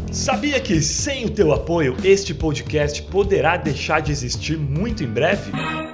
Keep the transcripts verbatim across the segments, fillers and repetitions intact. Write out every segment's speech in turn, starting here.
Sabia que sem o teu apoio este podcast poderá deixar de existir muito em breve?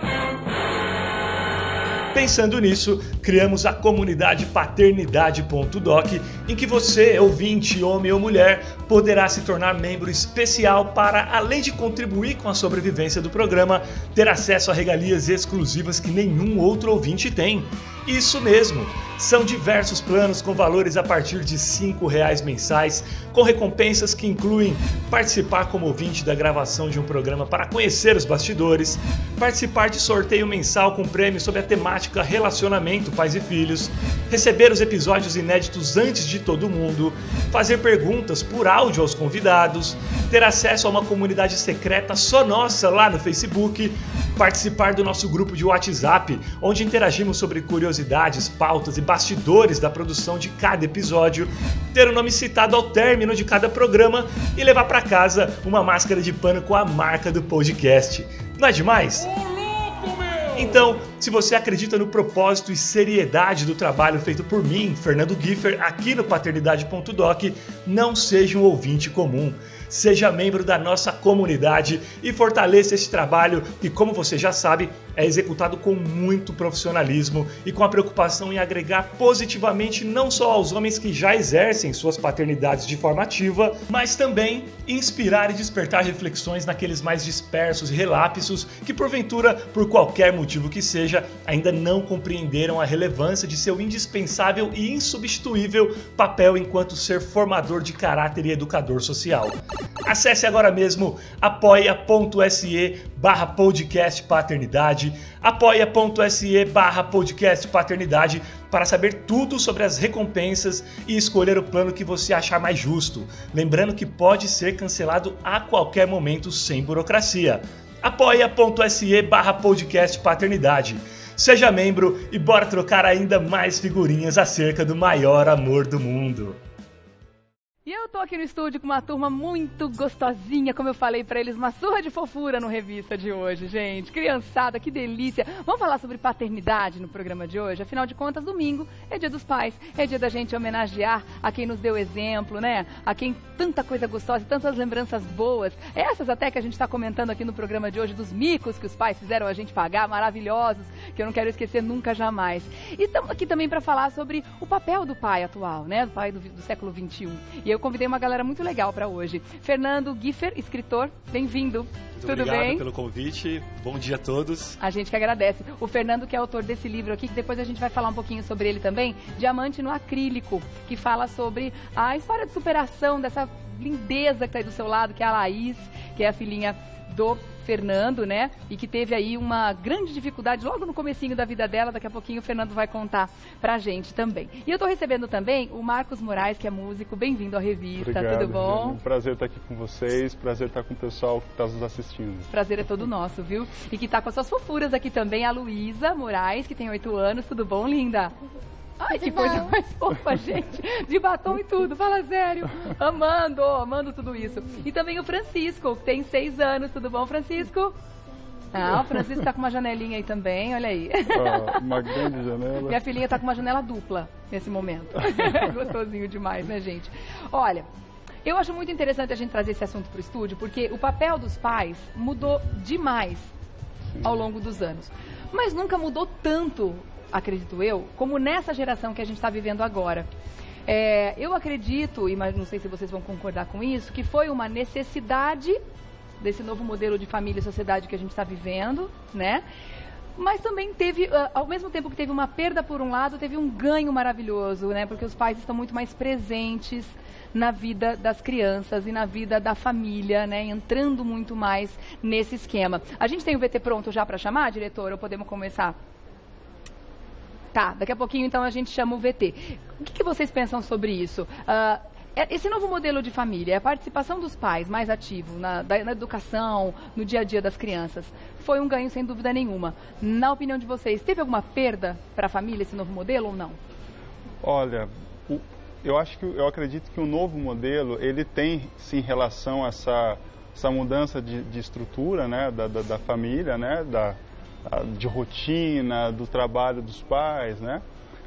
Pensando nisso, criamos a comunidade paternidade ponto doc, em que você, ouvinte, homem ou mulher, poderá se tornar membro especial para, além de contribuir com a sobrevivência do programa, ter acesso a regalias exclusivas que nenhum outro ouvinte tem. Isso mesmo! São diversos planos com valores a partir de cinco reais mensais, com recompensas que incluem participar como ouvinte da gravação de um programa para conhecer os bastidores, participar de sorteio mensal com prêmios sobre a temática relacionamento pais e filhos, receber os episódios inéditos antes de todo mundo, fazer perguntas por áudio aos convidados, ter acesso a uma comunidade secreta só nossa lá no Facebook, participar do nosso grupo de WhatsApp, onde interagimos sobre curiosidades, pautas e bastidores da produção de cada episódio, ter o nome citado ao término de cada programa e levar para casa uma máscara de pano com a marca do podcast. Não é demais? Então, se você acredita no propósito e seriedade do trabalho feito por mim, Fernando Giffer, aqui no paternidade ponto doc, não seja um ouvinte comum. Seja membro da nossa comunidade e fortaleça esse trabalho que, como você já sabe, é executado com muito profissionalismo e com a preocupação em agregar positivamente não só aos homens que já exercem suas paternidades de forma ativa, mas também inspirar e despertar reflexões naqueles mais dispersos e relapsos que, porventura, por qualquer motivo que seja, ainda não compreenderam a relevância de seu indispensável e insubstituível papel enquanto ser formador de caráter e educador social. Acesse agora mesmo apoia.se barra podcast paternidade, apoia.se barra podcast paternidade para saber tudo sobre as recompensas e escolher o plano que você achar mais justo. Lembrando que pode ser cancelado a qualquer momento sem burocracia. apoia.se barra podcast paternidade. Seja membro e bora trocar ainda mais figurinhas acerca do maior amor do mundo. E eu tô aqui no estúdio com uma turma muito gostosinha, como eu falei pra eles, uma surra de fofura no Revista de hoje, gente. Criançada, que delícia. Vamos falar sobre paternidade no programa de hoje? Afinal de contas, domingo é dia dos pais, é dia da gente homenagear a quem nos deu exemplo, né? A quem tanta coisa gostosa e tantas lembranças boas. Essas até que a gente tá comentando aqui no programa de hoje, dos micos que os pais fizeram a gente pagar, maravilhosos, que eu não quero esquecer nunca, jamais. E estamos aqui também para falar sobre o papel do pai atual, né? Do pai do, do século vinte e um. E eu convidei uma galera muito legal para hoje. Fernando Giffer, escritor, bem-vindo. Muito Tudo obrigado bem? pelo convite. Bom dia a todos. A gente que agradece. O Fernando, que é autor desse livro aqui, que depois a gente vai falar um pouquinho sobre ele também, Diamante no Acrílico, que fala sobre a história de superação dessa lindeza que está aí do seu lado, que é a Laís, que é a filhinha do Fernando, né? E que teve aí uma grande dificuldade logo no comecinho da vida dela. Daqui a pouquinho o Fernando vai contar pra gente também. E eu tô recebendo também o Marcos Moraes, que é músico. Bem-vindo à revista. Obrigado, tudo bom? Jane. Um prazer estar aqui com vocês, prazer estar com o pessoal que está nos assistindo. Prazer é todo nosso, viu? E que tá com as suas fofuras aqui também, a Luísa Moraes, que tem oito anos. Tudo bom, linda? Ai, que coisa mais fofa, gente. De batom e tudo, fala sério. Amando, amando tudo isso. E também o Francisco, que tem seis anos. Tudo bom, Francisco? Ah, o Francisco tá com uma janelinha aí também, olha aí. Ah, uma grande janela. Minha filhinha tá com uma janela dupla nesse momento. Gostosinho demais, né, gente? Olha, eu acho muito interessante a gente trazer esse assunto pro estúdio, porque o papel dos pais mudou demais ao longo dos anos. Mas nunca mudou tanto, acredito eu, como nessa geração que a gente está vivendo agora. É, eu acredito, e não sei se vocês vão concordar com isso, que foi uma necessidade desse novo modelo de família e sociedade que a gente está vivendo, né? Mas também teve, ao mesmo tempo que teve uma perda por um lado, teve um ganho maravilhoso, né? Porque os pais estão muito mais presentes na vida das crianças e na vida da família, né? Entrando muito mais nesse esquema. A gente tem o V T pronto já para chamar, diretor? Ou podemos começar? Tá, daqui a pouquinho então a gente chama o V T. O que, que vocês pensam sobre isso? Uh, esse novo modelo de família, a participação dos pais mais ativo na, da, na educação, no dia a dia das crianças, foi um ganho sem dúvida nenhuma. Na opinião de vocês, teve alguma perda para a família esse novo modelo ou não? Olha, o, eu acho que eu acredito que o novo modelo ele tem sim relação a essa, essa mudança de, de estrutura, né, da, da, da família, né, da de rotina, do trabalho dos pais, né?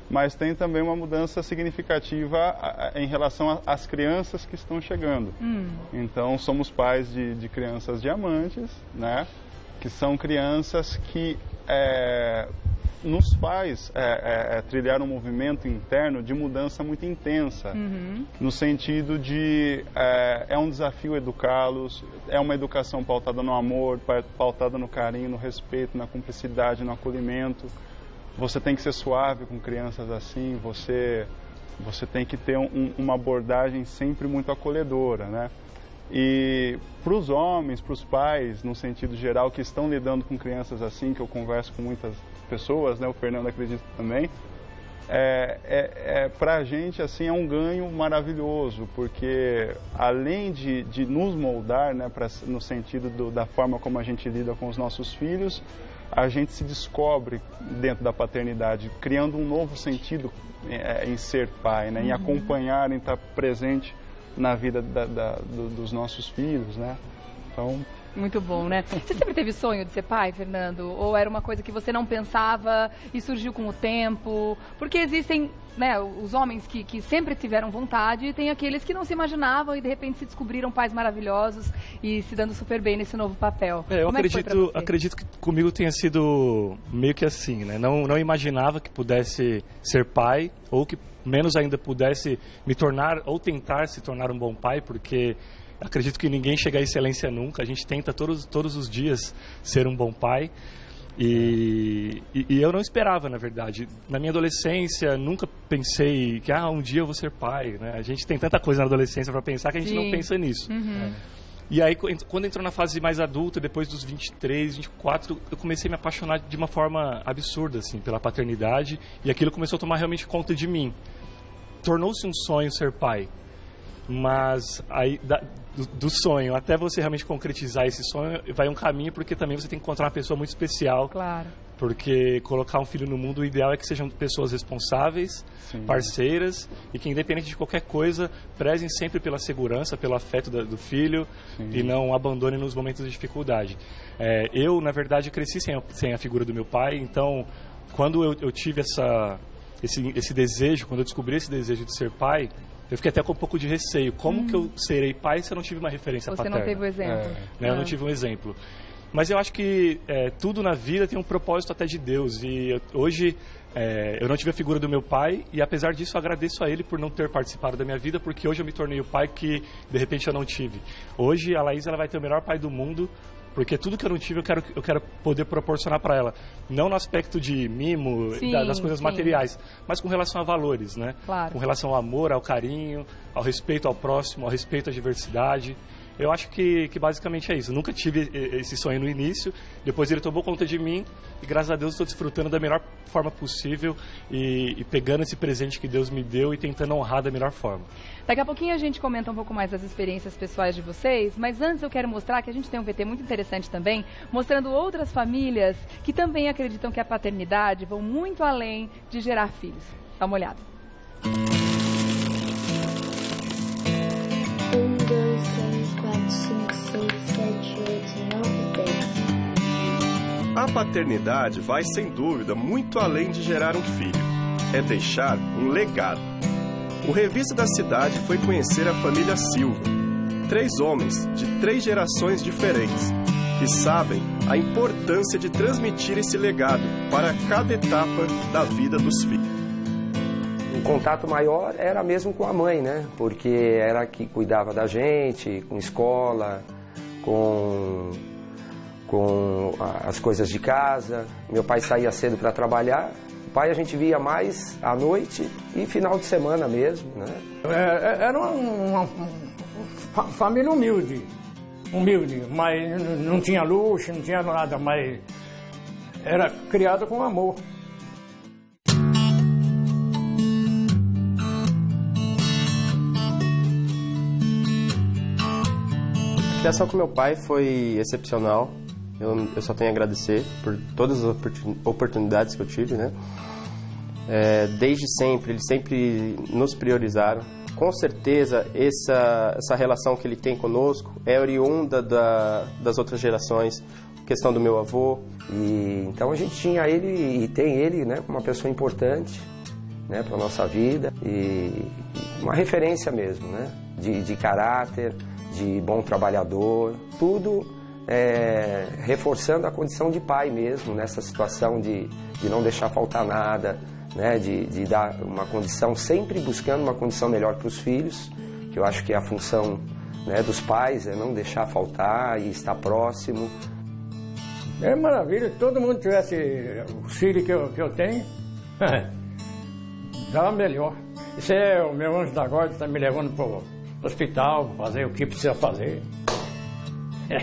mas tem também uma mudança significativa em relação às crianças que estão chegando. Hum. Então, somos pais de, de crianças diamantes, né? Que são crianças que é, nos faz é, é, trilhar um movimento interno de mudança muito intensa, uhum. no sentido de é, é um desafio educá-los, é uma educação pautada no amor, pautada no carinho, no respeito, na cumplicidade, no acolhimento. Você tem que ser suave com crianças assim, você, você tem que ter um, uma abordagem sempre muito acolhedora, né? E para os homens, para os pais, no sentido geral, que estão lidando com crianças assim, que eu converso com muitas pessoas, né? O Fernando acredita também, é, é, é, para a gente assim, é um ganho maravilhoso, porque além de, de nos moldar, né, pra, no sentido do, da forma como a gente lida com os nossos filhos, a gente se descobre dentro da paternidade, criando um novo sentido é, em ser pai, né? Em acompanhar, em estar presente na vida da, da, do, dos nossos filhos, né? Então... Muito bom, né? Você sempre teve sonho de ser pai, Fernando? Ou era uma coisa que você não pensava e surgiu com o tempo? Porque existem, né, os homens que, que sempre tiveram vontade e tem aqueles que não se imaginavam e de repente se descobriram pais maravilhosos e se dando super bem nesse novo papel. É, eu Como acredito, é acredito que comigo tenha sido meio que assim, né? Não, não imaginava que pudesse ser pai ou que menos ainda pudesse me tornar ou tentar se tornar um bom pai, porque... acredito que ninguém chega à excelência nunca, a gente tenta todos, todos os dias ser um bom pai e, e, e eu não esperava, na verdade. Na minha adolescência, nunca pensei que ah, um dia eu vou ser pai, né? A gente tem tanta coisa na adolescência para pensar que a gente Sim. não pensa nisso. Uhum. E aí, quando entrou na fase mais adulta, depois dos vinte e três, vinte e quatro, eu comecei a me apaixonar de uma forma absurda, assim, pela paternidade, e aquilo começou a tomar realmente conta de mim. Tornou-se um sonho ser pai. Mas aí, da, do, do sonho até você realmente concretizar esse sonho, vai um caminho, porque também você tem que encontrar uma pessoa muito especial. Claro. Porque colocar um filho no mundo, o ideal é que sejam pessoas responsáveis, Sim. parceiras, e que independente de qualquer coisa, prezem sempre pela segurança, pelo afeto da, do filho, Sim. e não abandonem nos momentos de dificuldade. É, eu, na verdade, cresci sem a, sem a figura do meu pai, então, quando eu, eu tive essa, esse, esse desejo, quando eu descobri esse desejo de ser pai, eu fiquei até com um pouco de receio. Como hum. que eu serei pai se eu não tive uma referência Você paterna? Você não teve o exemplo. É. Né? Eu não tive um exemplo. Mas eu acho que é, tudo na vida tem um propósito até de Deus. E eu, hoje é, eu não tive a figura do meu pai e, apesar disso, eu agradeço a ele por não ter participado da minha vida, porque hoje eu me tornei o pai que, de repente, eu não tive. Hoje a Laís ela vai ter o melhor pai do mundo, porque tudo que eu não tive eu quero, eu quero poder proporcionar para ela. Não no aspecto de mimo, sim, da, das coisas sim. materiais, mas com relação a valores, né? Claro. Com relação ao amor, ao carinho, ao respeito ao próximo, ao respeito à diversidade. Eu acho que, que basicamente é isso. Eu nunca tive esse sonho no início, depois ele tomou conta de mim e, graças a Deus, estou desfrutando da melhor forma possível e, e pegando esse presente que Deus me deu e tentando honrar da melhor forma. Daqui a pouquinho a gente comenta um pouco mais das experiências pessoais de vocês, mas antes eu quero mostrar que a gente tem um V T muito interessante também, mostrando outras famílias que também acreditam que a paternidade vão muito além de gerar filhos. Dá uma olhada. Um, dois, três, quatro, cinco, seis, sete, oito, nove, dez. A paternidade vai, sem dúvida, muito além de gerar um filho. É deixar um legado. O Revista da Cidade foi conhecer a família Silva. Três homens de três gerações diferentes que sabem a importância de transmitir esse legado para cada etapa da vida dos filhos. O contato maior era mesmo com a mãe, né? Porque era a que cuidava da gente, com escola, com, com as coisas de casa. Meu pai saía cedo para trabalhar. O pai a gente via mais à noite e final de semana mesmo, né? É, era uma, uma, uma família humilde, humilde, mas não tinha luxo, não tinha nada, mas era criada com amor. A criação com meu pai foi excepcional. Eu, eu só tenho a agradecer por todas as oportunidades que eu tive, né? É, desde sempre, eles sempre nos priorizaram. Com certeza, essa, essa relação que ele tem conosco é oriunda da, das outras gerações, questão do meu avô. E, então a gente tinha ele e tem ele, né, como uma pessoa importante. né, para a nossa vida e uma referência mesmo, né, de, de caráter, de bom trabalhador, tudo é, reforçando a condição de pai mesmo, nessa situação de, de não deixar faltar nada, né, de, de dar uma condição, sempre buscando uma condição melhor para os filhos, que eu acho que é a função, né, dos pais, é não deixar faltar e estar próximo. É maravilha, se todo mundo tivesse o filho que eu, que eu tenho, dava melhor. Isso é o meu anjo da guarda, está me levando para o hospital, fazer o que precisa fazer. É.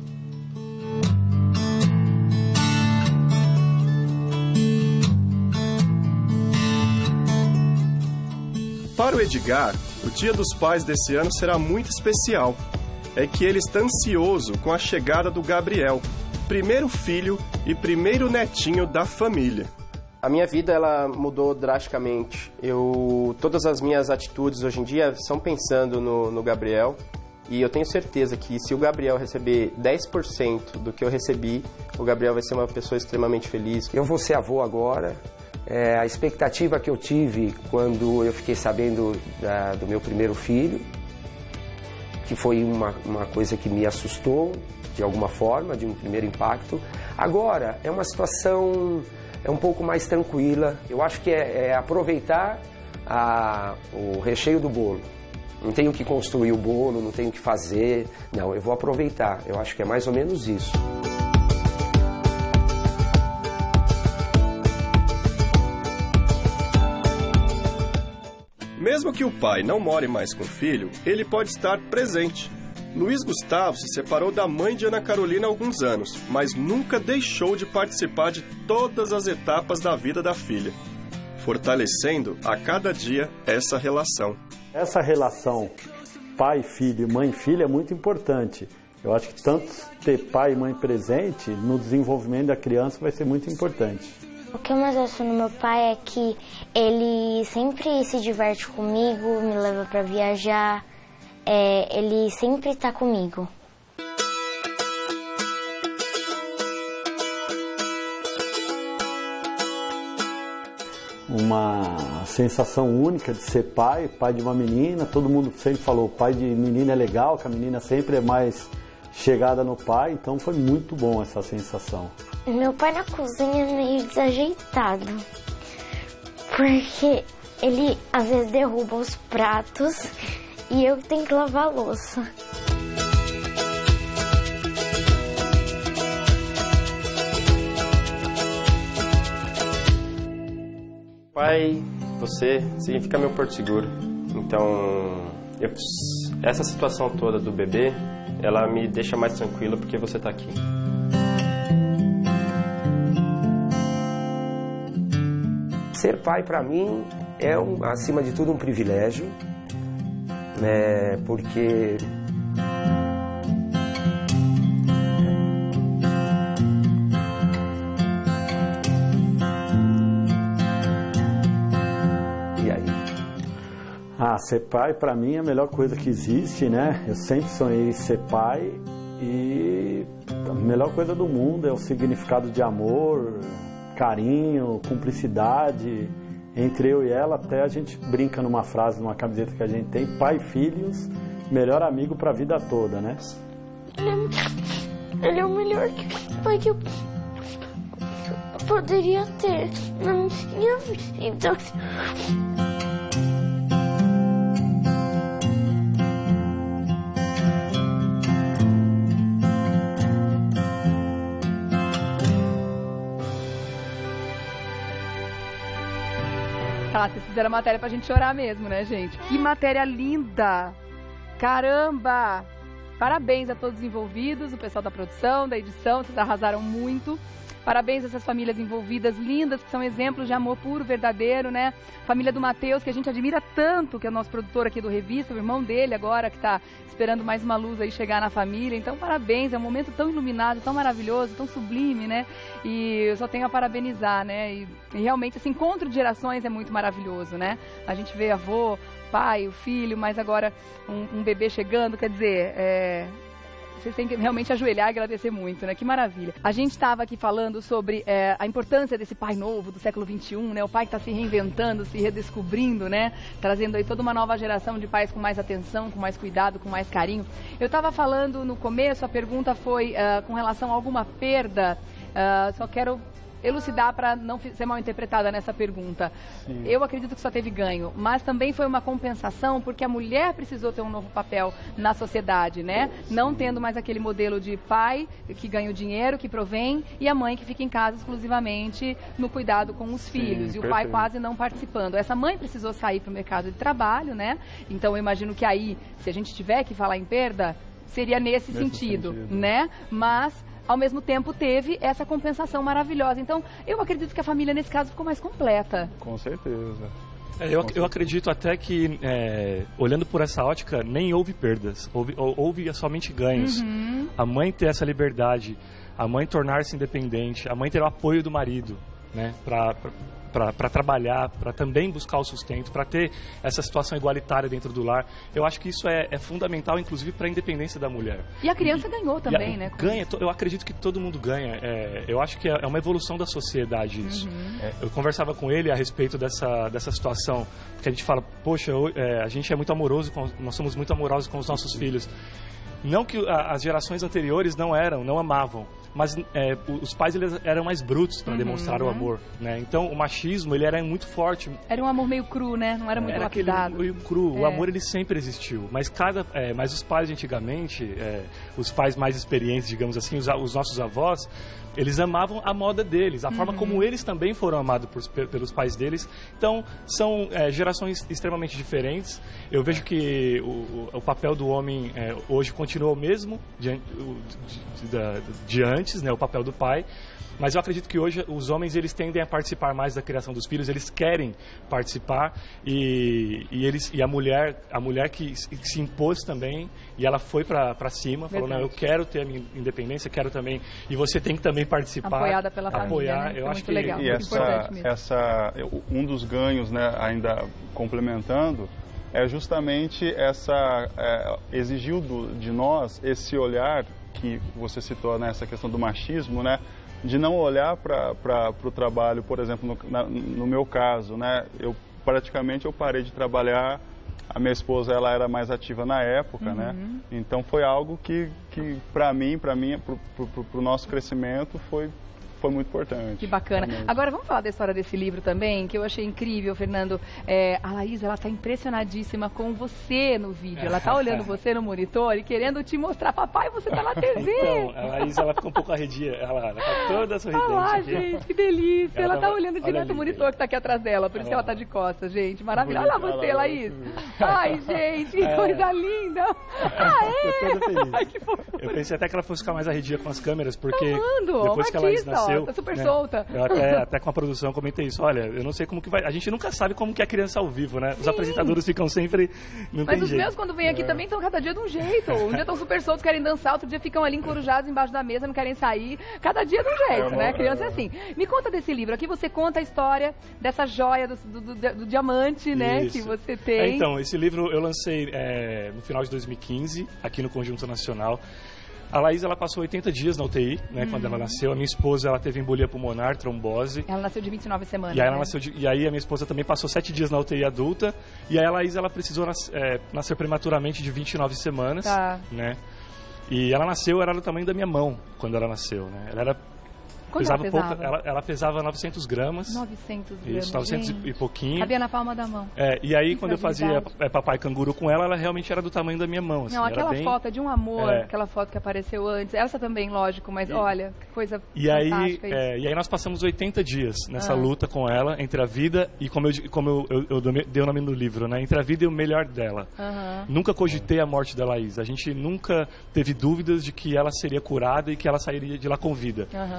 Para o Edgar, o Dia dos Pais desse ano será muito especial. É que ele está ansioso com a chegada do Gabriel, primeiro filho e primeiro netinho da família. A minha vida ela mudou drasticamente. Eu, todas as minhas atitudes hoje em dia são pensando no, no Gabriel. E eu tenho certeza que se o Gabriel receber dez por cento do que eu recebi, o Gabriel vai ser uma pessoa extremamente feliz. Eu vou ser avô agora. É, a expectativa que eu tive quando eu fiquei sabendo da, do meu primeiro filho, que foi uma, uma coisa que me assustou de alguma forma, de um primeiro impacto. Agora, é uma situação é um pouco mais tranquila. Eu acho que é, é aproveitar a, o recheio do bolo. Não tenho que construir o bolo, não tenho que fazer. Não, eu vou aproveitar. Eu acho que é mais ou menos isso. Mesmo que o pai não more mais com o filho, ele pode estar presente. Luiz Gustavo se separou da mãe de Ana Carolina há alguns anos, mas nunca deixou de participar de todas as etapas da vida da filha, fortalecendo a cada dia essa relação. Essa relação pai-filho, mãe-filha é muito importante. Eu acho que tanto ter pai e mãe presente no desenvolvimento da criança vai ser muito importante. O que eu mais gosto no meu pai é que ele sempre se diverte comigo, me leva para viajar, é, ele sempre está comigo. Uma sensação única de ser pai, pai de uma menina. Todo mundo sempre falou, pai de menina é legal, que a menina sempre é mais chegada no pai, então foi muito bom essa sensação. Meu pai na cozinha é meio desajeitado, porque ele às vezes derruba os pratos e eu tenho que lavar a louça. Pai, você significa meu porto seguro. Então, eu, essa situação toda do bebê, ela me deixa mais tranquilo porque você está aqui. Ser pai, para mim, é, um, acima de tudo, um privilégio, né, porque e aí? Ah, ser pai, para mim, é a melhor coisa que existe, né? Eu sempre sonhei em ser pai e a melhor coisa do mundo é o significado de amor, carinho, cumplicidade entre eu e ela. Até a gente brinca numa frase, numa camiseta que a gente tem, pai e filhos, melhor amigo para a vida toda, né? Ele é, ele é o melhor pai que eu poderia ter na minha vida. Ah, vocês fizeram a matéria pra gente chorar mesmo, né, gente? Que matéria linda! Caramba! Parabéns a todos os envolvidos, o pessoal da produção, da edição, vocês arrasaram muito. Parabéns a essas famílias envolvidas, lindas, que são exemplos de amor puro, verdadeiro, né? Família do Matheus, que a gente admira tanto, que é o nosso produtor aqui do Revista, o irmão dele agora, que tá esperando mais uma luz aí chegar na família. Então, parabéns, é um momento tão iluminado, tão maravilhoso, tão sublime, né? E eu só tenho a parabenizar, né? E, e realmente, esse encontro de gerações é muito maravilhoso, né? A gente vê avô, pai, o filho, mas agora um, um bebê chegando, quer dizer, é... vocês têm que realmente ajoelhar e agradecer muito, né? Que maravilha. A gente estava aqui falando sobre é, a importância desse pai novo do século vinte e um, né? O pai que está se reinventando, se redescobrindo, né? Trazendo aí toda uma nova geração de pais com mais atenção, com mais cuidado, com mais carinho. Eu estava falando no começo, a pergunta foi uh, com relação a alguma perda. Uh, só quero elucidar para não ser mal interpretada nessa pergunta. Sim. Eu acredito que só teve ganho, mas também foi uma compensação porque a mulher precisou ter um novo papel na sociedade, né? Sim. Não tendo mais aquele modelo de pai que ganha o dinheiro, que provém, e a mãe que fica em casa exclusivamente no cuidado com os filhos. Sim, e o pai quase não participando. Essa mãe precisou sair para o mercado de trabalho, né? Então eu imagino que aí, se a gente tiver que falar em perda, seria nesse, nesse sentido, sentido, né? Mas ao mesmo tempo teve essa compensação maravilhosa. Então, eu acredito que a família, nesse caso, ficou mais completa. Com certeza. É, eu, eu acredito até que, é, olhando por essa ótica, nem houve perdas, houve, houve somente ganhos. Uhum. A mãe ter essa liberdade, a mãe tornar-se independente, a mãe ter o apoio do marido, né, para para trabalhar, para também buscar o sustento, para ter essa situação igualitária dentro do lar. Eu acho que isso é, é fundamental, inclusive, para a independência da mulher. E a criança e, ganhou também, a, né? Ganha, eu acredito que todo mundo ganha. É, eu acho que é uma evolução da sociedade isso. Uhum. É, eu conversava com ele a respeito dessa, dessa situação, que a gente fala, poxa, eu, é, a gente é muito amoroso, com, nós somos muito amorosos com os nossos filhos. Não que a, as gerações anteriores não eram, não amavam, mas é, os pais eles eram mais brutos para uhum, demonstrar uhum. o amor, né? Então o machismo ele era muito forte. Era um amor meio cru, né? Não era muito lapidado. Meio cru. É. O amor ele sempre existiu, mas cada, é, mas os pais antigamente, é, os pais mais experientes, digamos assim, os, os nossos avós, eles amavam a moda deles, a uhum. forma como eles também foram amados por, pelos pais deles. Então, são é, gerações extremamente diferentes. Eu vejo que o, o papel do homem é, hoje continua o mesmo de, de, de, de antes, né, o papel do pai. Mas eu acredito que hoje os homens eles tendem a participar mais da criação dos filhos, eles querem participar e, e, eles, e a mulher a mulher que, que se impôs também e ela foi para cima, falou, não, eu quero ter a minha independência, quero também, e você tem que também participar. Apoiada pela apoiar, família, né? Eu é acho que legal, e essa, essa, um dos ganhos, né, ainda complementando, é justamente essa, é, exigiu do, de nós esse olhar que você citou nessa questão do machismo, né? De não olhar para o trabalho, por exemplo, no, na, no meu caso, né? Eu praticamente eu parei de trabalhar, a minha esposa ela era mais ativa na época, uhum. né? Então foi algo que, que para mim, para mim, para o nosso crescimento foi foi muito importante. Que bacana. Realmente. Agora vamos falar da história desse livro também, que eu achei incrível, Fernando. É, a Laís, ela está impressionadíssima com você no vídeo. Ela está olhando você no monitor e querendo te mostrar, papai, você está na T V. Então, a Laís, ela ficou um pouco arredia. Ela está toda sorridente. Ah, aqui. gente, que delícia. Ela está olhando direto ali, no monitor que está aqui atrás dela, por isso que ela está de costas, gente. Maravilha. Olha lá você, Laís. Ai, gente, que é. coisa linda. Ah, é? Eu tô feliz. Ai, que eu pensei até que ela fosse ficar mais arredia com as câmeras, porque Amando, depois que a Laís nasceu... Ó, tá super né, solta. Eu até, até com a produção comentei isso. Olha, eu não sei como que vai... A gente nunca sabe como que é a criança ao vivo, né? Sim. Os apresentadores ficam sempre... Não Mas tem os jeito. meus, quando vêm aqui, é. também estão cada dia de um jeito. Um dia estão super soltos, querem dançar. Outro dia ficam ali encorujados embaixo da mesa, não querem sair. Cada dia de um jeito, é, né? A criança é assim. Me conta desse livro. Aqui você conta a história dessa joia do, do, do, do diamante, né? Isso. Que você tem. É, então, esse livro eu lancei é, no final de dois mil e quinze, aqui no Conjunto Nacional. A Laís, ela passou oitenta dias na U T I, né, hum. quando ela nasceu. A minha esposa, ela teve embolia pulmonar, trombose. Ela nasceu de vinte e nove semanas, e aí, ela né? nasceu de, e aí a minha esposa também passou sete dias na U T I adulta. E aí a Laís, ela precisou nas, é, nascer prematuramente de vinte e nove semanas, tá. né? E ela nasceu, era do tamanho da minha mão, quando ela nasceu, né? Ela era... Quanto ela pesava? Pouca, ela, ela pesava novecentos gramas. novecentos gramas. Isso, novecentos e pouquinho. Cabia na palma da mão. É, e aí, quando eu fazia é, papai canguru com ela, ela realmente era do tamanho da minha mão. Assim, não, aquela bem... foto é de um amor, é. aquela foto que apareceu antes. Essa também, lógico, mas e... olha, que coisa e aí, é, e aí nós passamos oitenta dias nessa ah. luta com ela, entre a vida e, como eu, como eu, eu, eu dei o nome no livro, né? Entre a vida e o melhor dela. Uh-huh. Nunca cogitei a morte da Laís. A gente nunca teve dúvidas de que ela seria curada e que ela sairia de lá com vida. Uh-huh. Então, por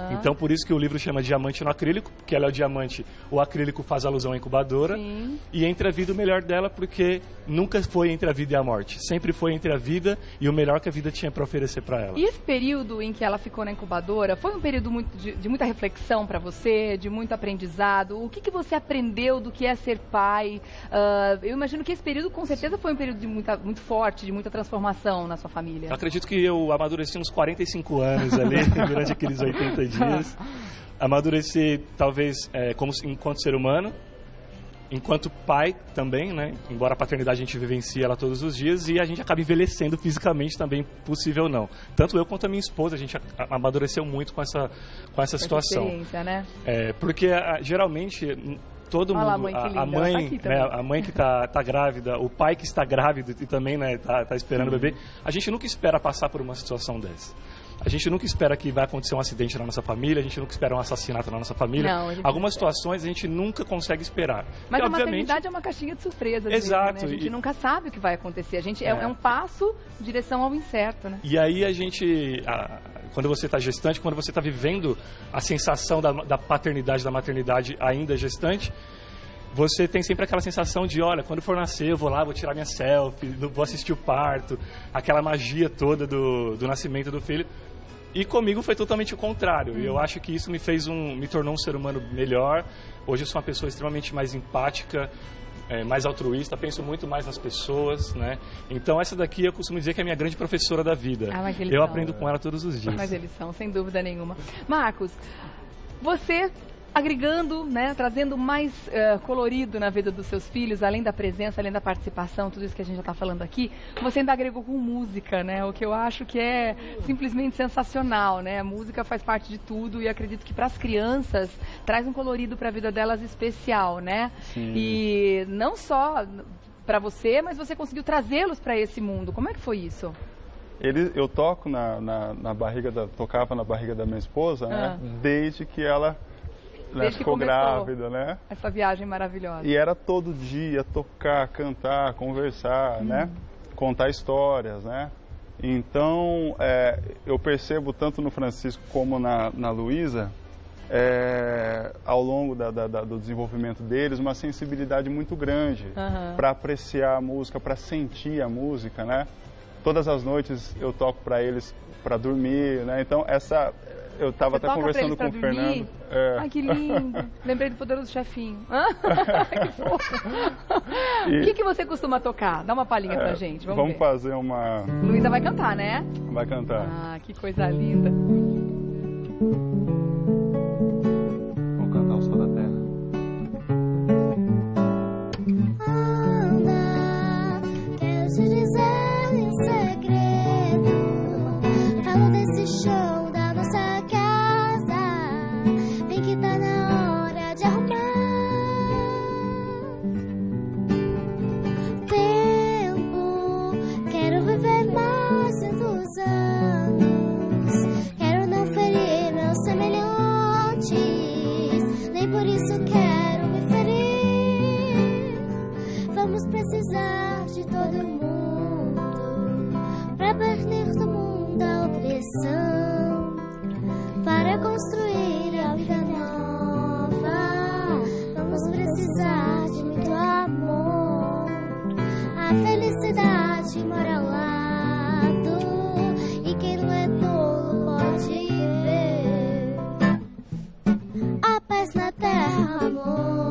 por isso que o livro chama Diamante no Acrílico, porque ela é o diamante, o acrílico faz alusão à incubadora. Sim. E entre a vida e o melhor dela, porque nunca foi entre a vida e a morte. Sempre foi entre a vida e o melhor que a vida tinha para oferecer para ela. E esse período em que ela ficou na incubadora, foi um período muito de, de muita reflexão para você, de muito aprendizado? O que, que você aprendeu do que é ser pai? Uh, eu imagino que esse período, com certeza, foi um período de muita, muito forte, de muita transformação na sua família. Eu acredito que eu amadureci uns quarenta e cinco anos ali, durante aqueles oitenta dias. Amadureci, talvez, é, como, enquanto ser humano, enquanto pai também, né? Embora a paternidade a gente vivencie ela todos os dias e a gente acaba envelhecendo fisicamente também, possível ou não. Tanto eu quanto a minha esposa, a gente amadureceu muito com essa, com essa situação. Experiência, né? É, porque a, geralmente todo Olha mundo, lá, a mãe, que a, a mãe, tá né, a mãe que está tá grávida, o pai que está grávido e também, né, tá, tá esperando o bebê, a gente nunca espera passar por uma situação dessa. A gente nunca espera que vai acontecer um acidente na nossa família, a gente nunca espera um assassinato na nossa família. Não, Algumas situações a gente nunca consegue esperar. Mas e, a obviamente, maternidade é uma caixinha de surpresas. Exato. Mesmo, né? A gente e... nunca sabe o que vai acontecer. A gente é, é. é um passo em direção ao incerto, né? E aí a gente, a, quando você está gestante, quando você está vivendo a sensação da, da paternidade, da maternidade ainda gestante, você tem sempre aquela sensação de, olha, quando for nascer, eu vou lá, vou tirar minha selfie, vou assistir o parto, aquela magia toda do, do nascimento do filho. E comigo foi totalmente o contrário. Hum. E eu acho que isso me fez um, me tornou um ser humano melhor. Hoje eu sou uma pessoa extremamente mais empática, é, mais altruísta, penso muito mais nas pessoas, né? Então essa daqui eu costumo dizer que é a minha grande professora da vida. Ah, mas eles eu são. aprendo com ela todos os dias. Mas eles são, sem dúvida nenhuma. Marcos, você agregando, né, trazendo mais uh, colorido na vida dos seus filhos, além da presença, além da participação, tudo isso que a gente já está falando aqui, você ainda agregou com música, né, o que eu acho que é simplesmente sensacional, né, a música faz parte de tudo e acredito que para as crianças traz um colorido para a vida delas especial, né, Sim. E não só para você, mas você conseguiu trazê-los para esse mundo, como é que foi isso? Ele, eu toco na, na, na barriga, da, tocava na barriga da minha esposa, ah. né, desde que ela Né, ficou grávida, né? Essa viagem maravilhosa. E era todo dia tocar, cantar, conversar, hum. né? Contar histórias, né? Então, é, eu percebo tanto no Francisco como na, na Luísa, é, ao longo da, da, da, do desenvolvimento deles, uma sensibilidade muito grande uhum. para apreciar a música, para sentir a música, né? Todas as noites eu toco para eles para dormir, né? Então, essa... Eu estava até conversando com o Fernando. É. Ai, que lindo. Lembrei do Poderoso Chefinho. Que fofo. E... O que, que você costuma tocar? Dá uma palhinha é, pra gente. Vamos, vamos ver. fazer uma... Luísa vai cantar, né? Vai cantar. Ah, que coisa linda. Vamos cantar o Sol da Terra. Anda, quero te dizer em segredo. Falo desse show. Precisar de todo mundo para perder do mundo a opressão, para construir a vida nova. Vamos precisar de muito amor. A felicidade mora ao lado e quem não é tolo pode ver. A paz na terra, amor.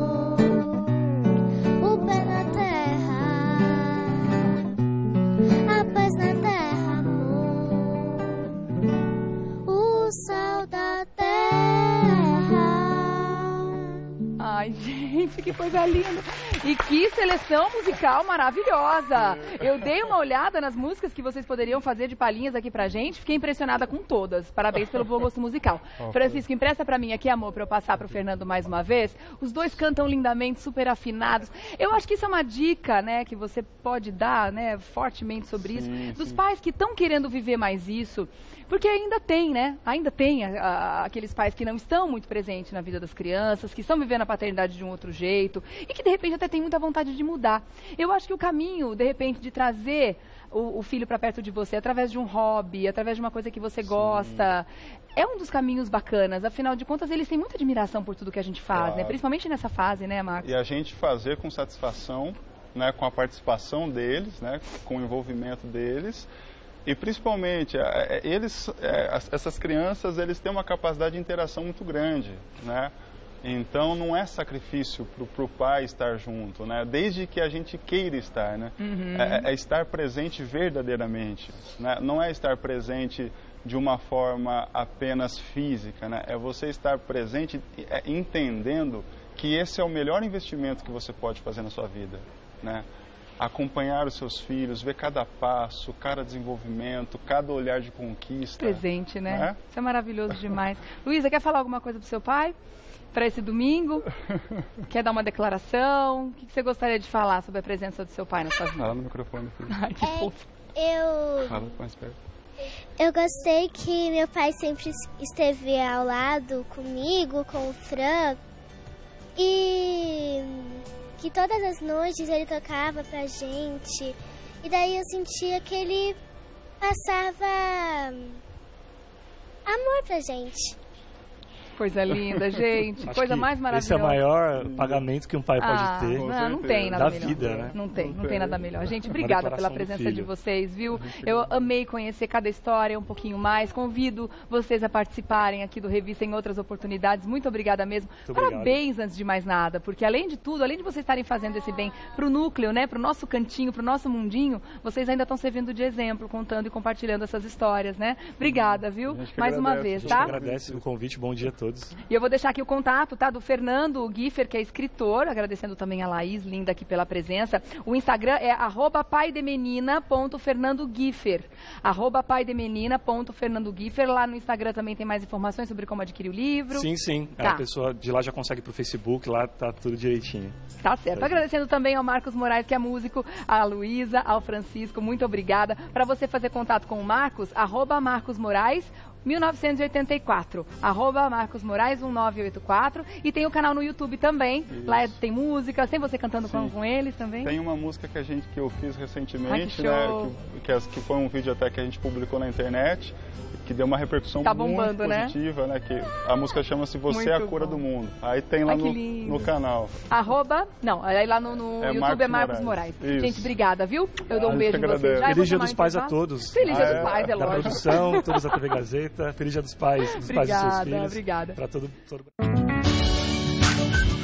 Gente, que coisa linda. E que seleção musical maravilhosa. Eu dei uma olhada nas músicas que vocês poderiam fazer de palhinhas aqui pra gente. Fiquei impressionada com todas. Parabéns pelo bom gosto musical. Francisco, empresta pra mim aqui, amor, pra eu passar pro Fernando mais uma vez. Os dois cantam lindamente, super afinados. Eu acho que isso é uma dica, né, que você pode dar, né, fortemente sobre sim, isso. Sim. Dos pais que estão querendo viver mais isso. Porque ainda tem, né? Ainda tem a, a, aqueles pais que não estão muito presentes na vida das crianças, que estão vivendo a paternidade de um outro jeito e que, de repente, até tem muita vontade de mudar. Eu acho que o caminho, de repente, de trazer o, o filho para perto de você através de um hobby, através de uma coisa que você Sim. gosta. É um dos caminhos bacanas. Afinal de contas, eles têm muita admiração por tudo que a gente faz, claro. né? Principalmente nessa fase, né, Marcos? E a gente fazer com satisfação, né, com a participação deles, né, com o envolvimento deles. E principalmente, eles, essas crianças, eles têm uma capacidade de interação muito grande, né? Então não é sacrifício para o pai estar junto, né? Desde que a gente queira estar, né? Uhum. É, é estar presente verdadeiramente, né? Não é estar presente de uma forma apenas física, né? É você estar presente entendendo que esse é o melhor investimento que você pode fazer na sua vida, né? Acompanhar os seus filhos, ver cada passo, cada desenvolvimento, cada olhar de conquista. Presente, né? né? Isso é maravilhoso demais. Luísa, quer falar alguma coisa pro seu pai? Para esse domingo? Quer dar uma declaração? O que você gostaria de falar sobre a presença do seu pai na sua vida? Fala no microfone, filho. Ai, que é, fofo. Eu... Fala mais perto. Eu gostei que meu pai sempre esteve ao lado comigo, com o Fran. E... que todas as noites ele tocava pra gente, e daí eu sentia que ele passava amor pra gente. Coisa linda, gente, coisa mais maravilhosa. Esse é o maior pagamento que um pai ah, pode ter. Não, não tem nada da melhor. vida, né? Não tem, não tem nada melhor. Gente, obrigada pela presença de vocês, viu? Eu amei conhecer cada história um pouquinho mais. Convido vocês a participarem aqui do Revista em outras oportunidades. Muito obrigada mesmo. Muito Parabéns, obrigado. Antes de mais nada, porque além de tudo, além de vocês estarem fazendo esse bem pro núcleo, né, pro nosso cantinho, pro nosso mundinho, vocês ainda estão servindo de exemplo, contando e compartilhando essas histórias, né? Obrigada, viu? Mais uma vez, tá? A gente agradece o convite. Bom dia a todos. E eu vou deixar aqui o contato, tá, do Fernando Giffer, que é escritor, agradecendo também a Laís, linda aqui pela presença. O Instagram é arroba paidemenina ponto fernando giffer, arroba paidemenina ponto fernando giffer. Lá no Instagram também tem mais informações sobre como adquirir o livro. Sim, sim. Tá. A pessoa de lá já consegue pro Facebook, lá tá tudo direitinho. Tá certo. Tá. Agradecendo também ao Marcos Moraes, que é músico, a Luísa, ao Francisco, muito obrigada. Para você fazer contato com o Marcos, arroba Marcos Moraes, mil novecentos e oitenta e quatro, arroba Marcos Moraes mil novecentos e oitenta e quatro, e tem o canal no YouTube também. Isso. Lá tem música, tem você cantando com, com eles também? Tem uma música que a gente que eu fiz recentemente, Ai, que né, que, que, que foi um vídeo até que a gente publicou na internet, que deu uma repercussão tá muito bombando, positiva, né? né? Que a música chama-se Você muito é a Cura bom. do Mundo. Aí tem lá Ai, no, no canal. Arroba, não, aí lá no, no é YouTube Marcos é Marcos Moraes. Moraes. Gente, obrigada, viu? Eu dou um ah, beijo em vocês. Já, Feliz Dia dos Pais a todos. Feliz Dia ah, dos Pais, é, é lógico. Da produção, todos da T V Gazeta. Feliz Dia dos Pais, dos obrigada, pais dos seus filhos. Obrigada, obrigada. Para todo, todo...